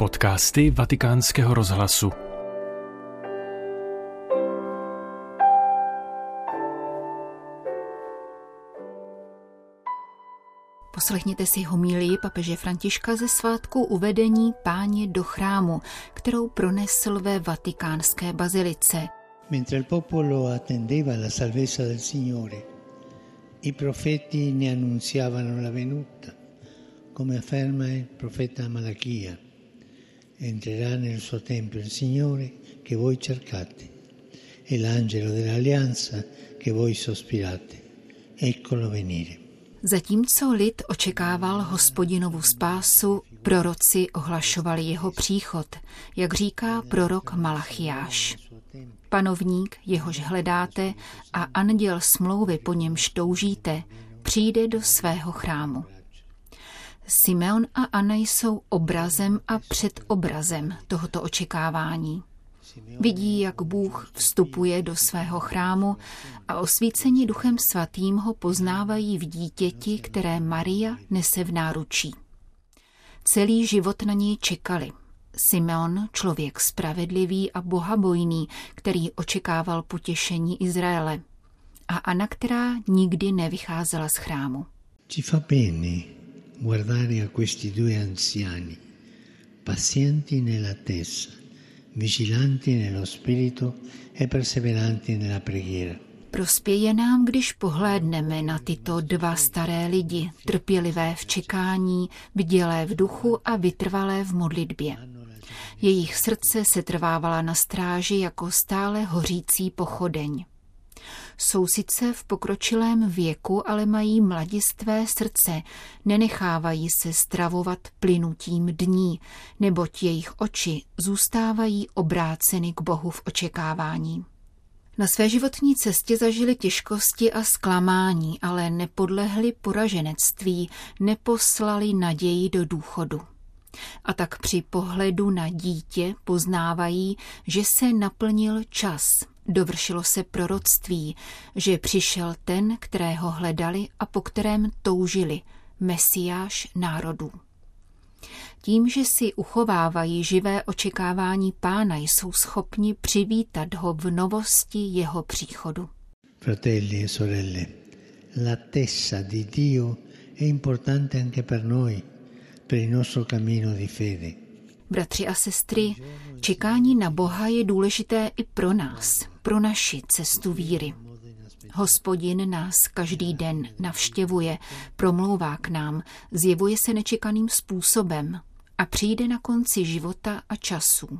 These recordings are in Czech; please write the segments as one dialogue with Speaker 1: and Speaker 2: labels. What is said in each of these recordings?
Speaker 1: Podcasty Vatikánského rozhlasu.
Speaker 2: Poslechněte si homílii papeže Františka ze svátku uvedení Páně do chrámu, kterou pronesl ve vatikánské bazilice.
Speaker 3: Mentre il popolo attendeva la salvezza del Signore, i profeti ne annunziavano la venuta, come afferma il profeta Malachia. Entrerà nel suo tempio il Signore che voi cercate, e l'angelo dell'alleanza che voi sospirate. Eccolo venire.
Speaker 2: Zatímco lid očekával Hospodinovu spásu, proroci ohlašovali jeho příchod, jak říká prorok Malachiáš. Panovník, jehož hledáte, a anděl smlouvy, po němž toužíte, přijde do svého chrámu. Simeon a Anna jsou obrazem a předobrazem tohoto očekávání. Vidí, jak Bůh vstupuje do svého chrámu a osvíceni Duchem Svatým ho poznávají v dítěti, které Maria nese v náručí. Celý život na něj čekali. Simeon, člověk spravedlivý a bohabojný, který očekával potěšení Izraele. A Anna, která nikdy nevycházela z chrámu.
Speaker 3: Ci fa bene guardare a questi due anziani, pazienti nell'attesa, vigilanti nello spirito e perseveranti nella preghiera.
Speaker 2: Prospěje nám, když pohlédneme na tyto dva staré lidi, trpělivé v čekání, bdělé v duchu a vytrvalé v modlitbě. Jejich srdce se trvávala na stráži jako stále hořící pochodeň. Jsou sice v pokročilém věku, ale mají mladistvé srdce, nenechávají se stravovat plynutím dní, neboť jejich oči zůstávají obráceny k Bohu v očekávání. Na své životní cestě zažili těžkosti a zklamání, ale nepodlehli poraženectví, neposlali naději do důchodu. A tak při pohledu na dítě poznávají, že se naplnil čas, dovršilo se proroctví, že přišel ten, kterého hledali a po kterém toužili, Mesiáš národů. Tím, že si uchovávají živé očekávání Pána, jsou schopni přivítat ho v novosti jeho příchodu.
Speaker 3: Fratelli e sorelle, l'attesa di Dio è importante anche per noi, per il nostro cammino di fede.
Speaker 2: Bratři a sestry, čekání na Boha je důležité i pro nás, pro naši cestu víry. Hospodin nás každý den navštěvuje, promlouvá k nám, zjevuje se nečekaným způsobem a přijde na konci života a času.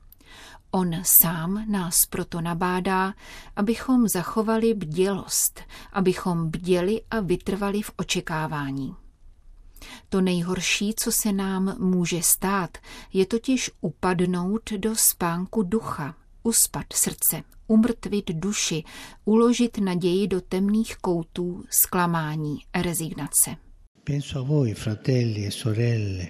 Speaker 2: On sám nás proto nabádá, abychom zachovali bdělost, abychom bděli a vytrvali v očekávání. To nejhorší, co se nám může stát, je totiž upadnout do spánku ducha, uspat srdce, umrtvit duši, uložit naději do temných koutů zklamání a rezignace.
Speaker 3: Penso a voi, fratelli e sorelle,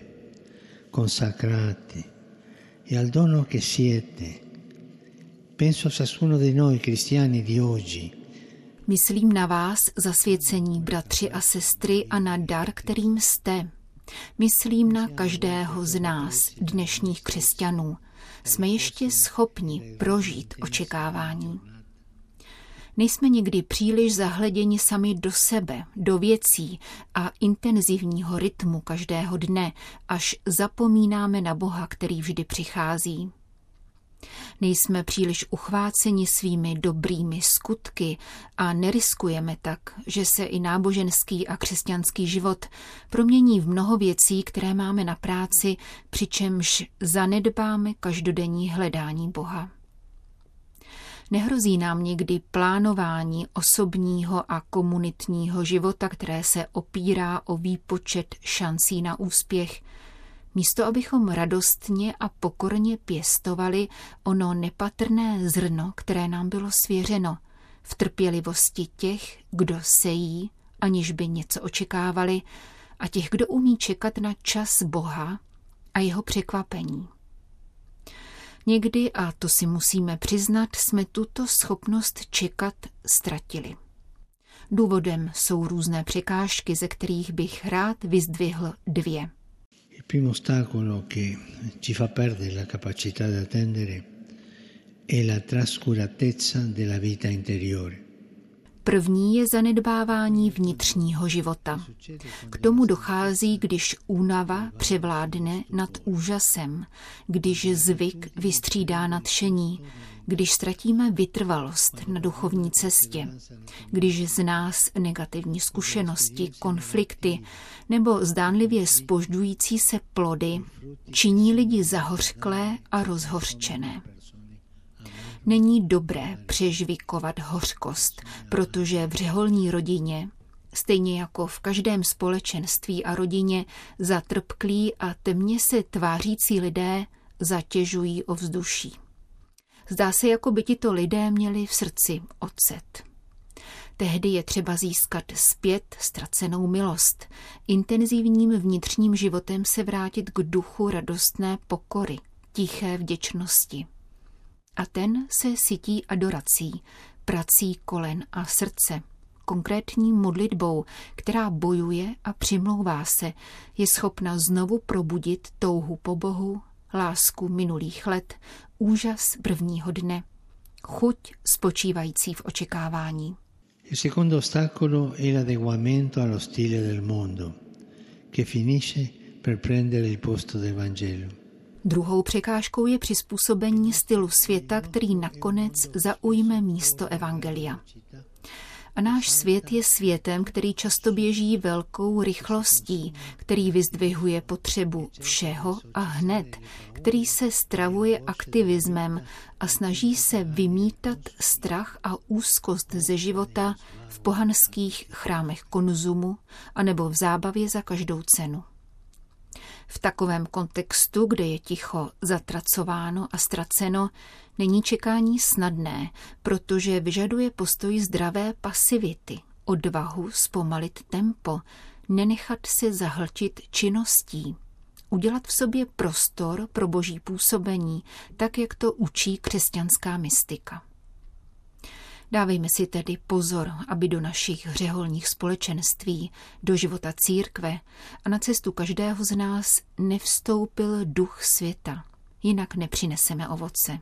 Speaker 3: consacrati, e al dono che siete. Penso a ciascuno di noi cristiani di oggi.
Speaker 2: Myslím na vás, zasvěcení bratři a sestry, a na dar, kterým jste. Myslím na každého z nás, dnešních křesťanů. Jsme ještě schopni prožít očekávání. Nejsme někdy příliš zahleděni sami do sebe, do věcí a intenzivního rytmu každého dne, až zapomínáme na Boha, který vždy přichází. Nejsme příliš uchváceni svými dobrými skutky a neriskujeme tak, že se i náboženský a křesťanský život promění v mnoho věcí, které máme na práci, přičemž zanedbáme každodenní hledání Boha. Nehrozí nám někdy plánování osobního a komunitního života, které se opírá o výpočet šancí na úspěch, místo abychom radostně a pokorně pěstovali ono nepatrné zrno, které nám bylo svěřeno, v trpělivosti těch, kdo sejí, aniž by něco očekávali, a těch, kdo umí čekat na čas Boha a jeho překvapení. Někdy, a to si musíme přiznat, jsme tuto schopnost čekat ztratili. Důvodem jsou různé překážky, ze kterých bych rád vyzdvihl dvě.
Speaker 3: Il primo ostacolo che ci fa perdere la capacità di attendere è la trascuratezza della vita interiore.
Speaker 2: První je zanedbávání vnitřního života. K tomu dochází, když únava převládne nad úžasem, když zvyk vystřídá nadšení, když ztratíme vytrvalost na duchovní cestě, když z nás negativní zkušenosti, konflikty nebo zdánlivě zpožďující se plody činí lidi zahořklé a rozhořčené. Není dobré přežvikovat hořkost, protože v řeholní rodině, stejně jako v každém společenství a rodině, zatrpklí a temně se tvářící lidé zatěžují ovzduší. Zdá se, jako by tito lidé měli v srdci ocet. Tehdy je třeba získat zpět ztracenou milost, intenzivním vnitřním životem se vrátit k duchu radostné pokory, tiché vděčnosti. A ten se sytí adorací, prací kolen a srdce, konkrétní modlitbou, která bojuje a přimlouvá se, je schopna znovu probudit touhu po Bohu, lásku minulých let, úžas prvního dne, chuť spočívající v očekávání.
Speaker 3: Il secondo ostacolo è l'adeguamento allo stile del mondo, che finisce per prendere il posto del Vangelo.
Speaker 2: Druhou překážkou je přizpůsobení stylu světa, který nakonec zaujme místo evangelia. A náš svět je světem, který často běží velkou rychlostí, který vyzdvihuje potřebu všeho a hned, který se stravuje aktivismem a snaží se vymítat strach a úzkost ze života v pohanských chrámech konzumu anebo v zábavě za každou cenu. V takovém kontextu, kde je ticho zatracováno a ztraceno, není čekání snadné, protože vyžaduje postoj zdravé pasivity, odvahu zpomalit tempo, nenechat se zahltit činností, udělat v sobě prostor pro boží působení, tak jak to učí křesťanská mystika. Dávejme si tedy pozor, aby do našich řeholních společenství, do života církve a na cestu každého z nás nevstoupil duch světa, jinak nepřineseme ovoce.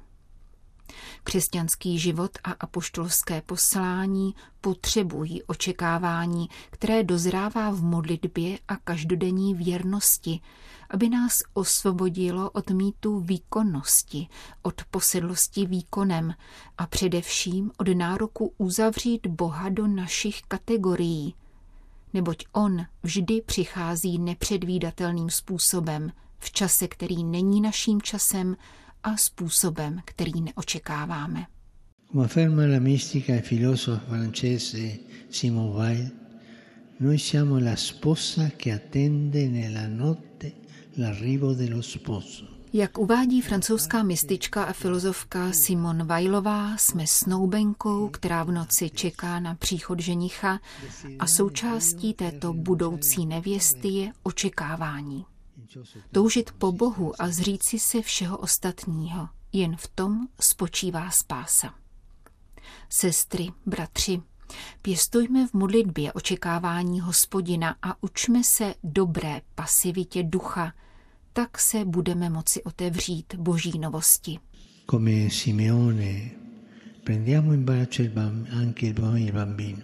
Speaker 2: Křesťanský život a apoštolské poslání potřebují očekávání, které dozrává v modlitbě a každodenní věrnosti, aby nás osvobodilo od mýtu výkonnosti, od posedlosti výkonem a především od nároku uzavřít Boha do našich kategorií, neboť on vždy přichází nepředvídatelným způsobem, v čase, který není naším časem a způsobem, který neočekáváme.
Speaker 3: Come afferma la mistica e filosofo francese Simone Weil, noi siamo la sposa che attende nella notte l'arrivo dello sposo.
Speaker 2: Jak uvádí francouzská mistička a filozofka Simone Weilová, jsme snoubenkou, která v noci čeká na příchod ženicha a součástí této budoucí nevěsty je očekávání. Toužit po Bohu a zříci se všeho ostatního, jen v tom spočívá spása. Sestry, bratři, pěstujme v modlitbě očekávání Hospodina a učme se dobré pasivitě ducha, tak se budeme moci otevřít boží novosti.
Speaker 3: Come Simeone, prendiamo in braccio anche il bambino,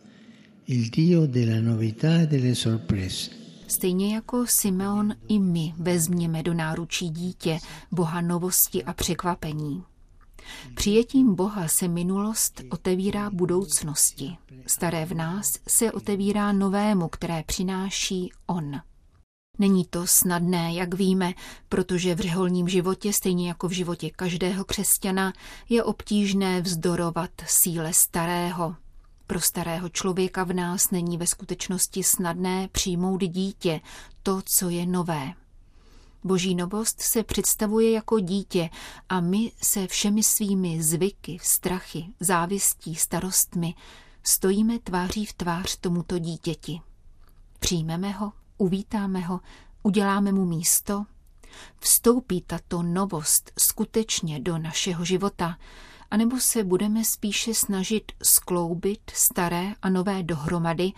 Speaker 3: il Dio della novità e delle sorprese.
Speaker 2: Stejně jako Simeon i my vezměme do náručí dítě, Boha novosti a překvapení. Přijetím Boha se minulost otevírá budoucnosti. Staré v nás se otevírá novému, které přináší on. Není to snadné, jak víme, protože v řeholním životě, stejně jako v životě každého křesťana, je obtížné vzdorovat síle starého. Pro starého člověka v nás není ve skutečnosti snadné přijmout dítě, to, co je nové. Boží novost se představuje jako dítě a my se všemi svými zvyky, strachy, závistí, starostmi stojíme tváří v tvář tomuto dítěti. Přijmeme ho, uvítáme ho, uděláme mu místo, vstoupí tato novost skutečně do našeho života, anebo se budeme spíše snažit skloubit staré a nové dohromady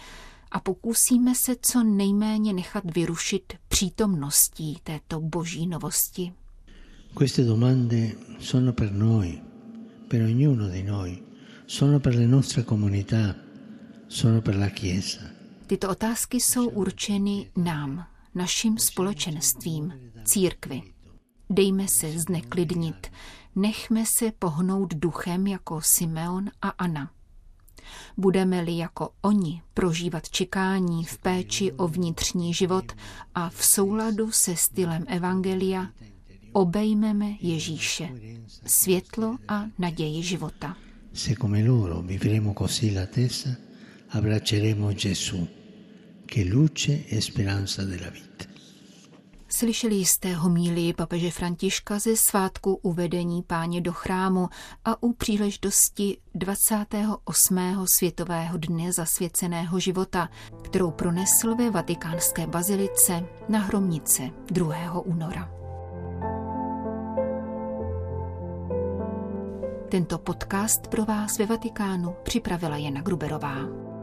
Speaker 2: a pokusíme se co nejméně nechat vyrušit přítomností této boží novosti.
Speaker 3: Queste domande sono per noi, per ognuno di noi, sono per le nostre comunità, sono per la Chiesa.
Speaker 2: Tyto otázky jsou určeny nám, našim společenstvím, církvi. Dejme se zneklidnit, nechme se pohnout duchem jako Simeon a Anna. Budeme-li jako oni prožívat čekání v péči o vnitřní život a v souladu se stylem evangelia, obejmeme Ježíše, světlo a naději života.
Speaker 3: Se come loro vivremo così l'attesa, abbracceremo Gesù, che luce e speranza della vita.
Speaker 2: Slyšeli jste homílii papeže Františka ze svátku uvedení Páně do chrámu a u příležitosti 28. světového dne zasvěceného života, kterou pronesl ve vatikánské bazilice na Hromnice 2. února. Tento podcast pro vás ve Vatikánu připravila Jana Gruberová.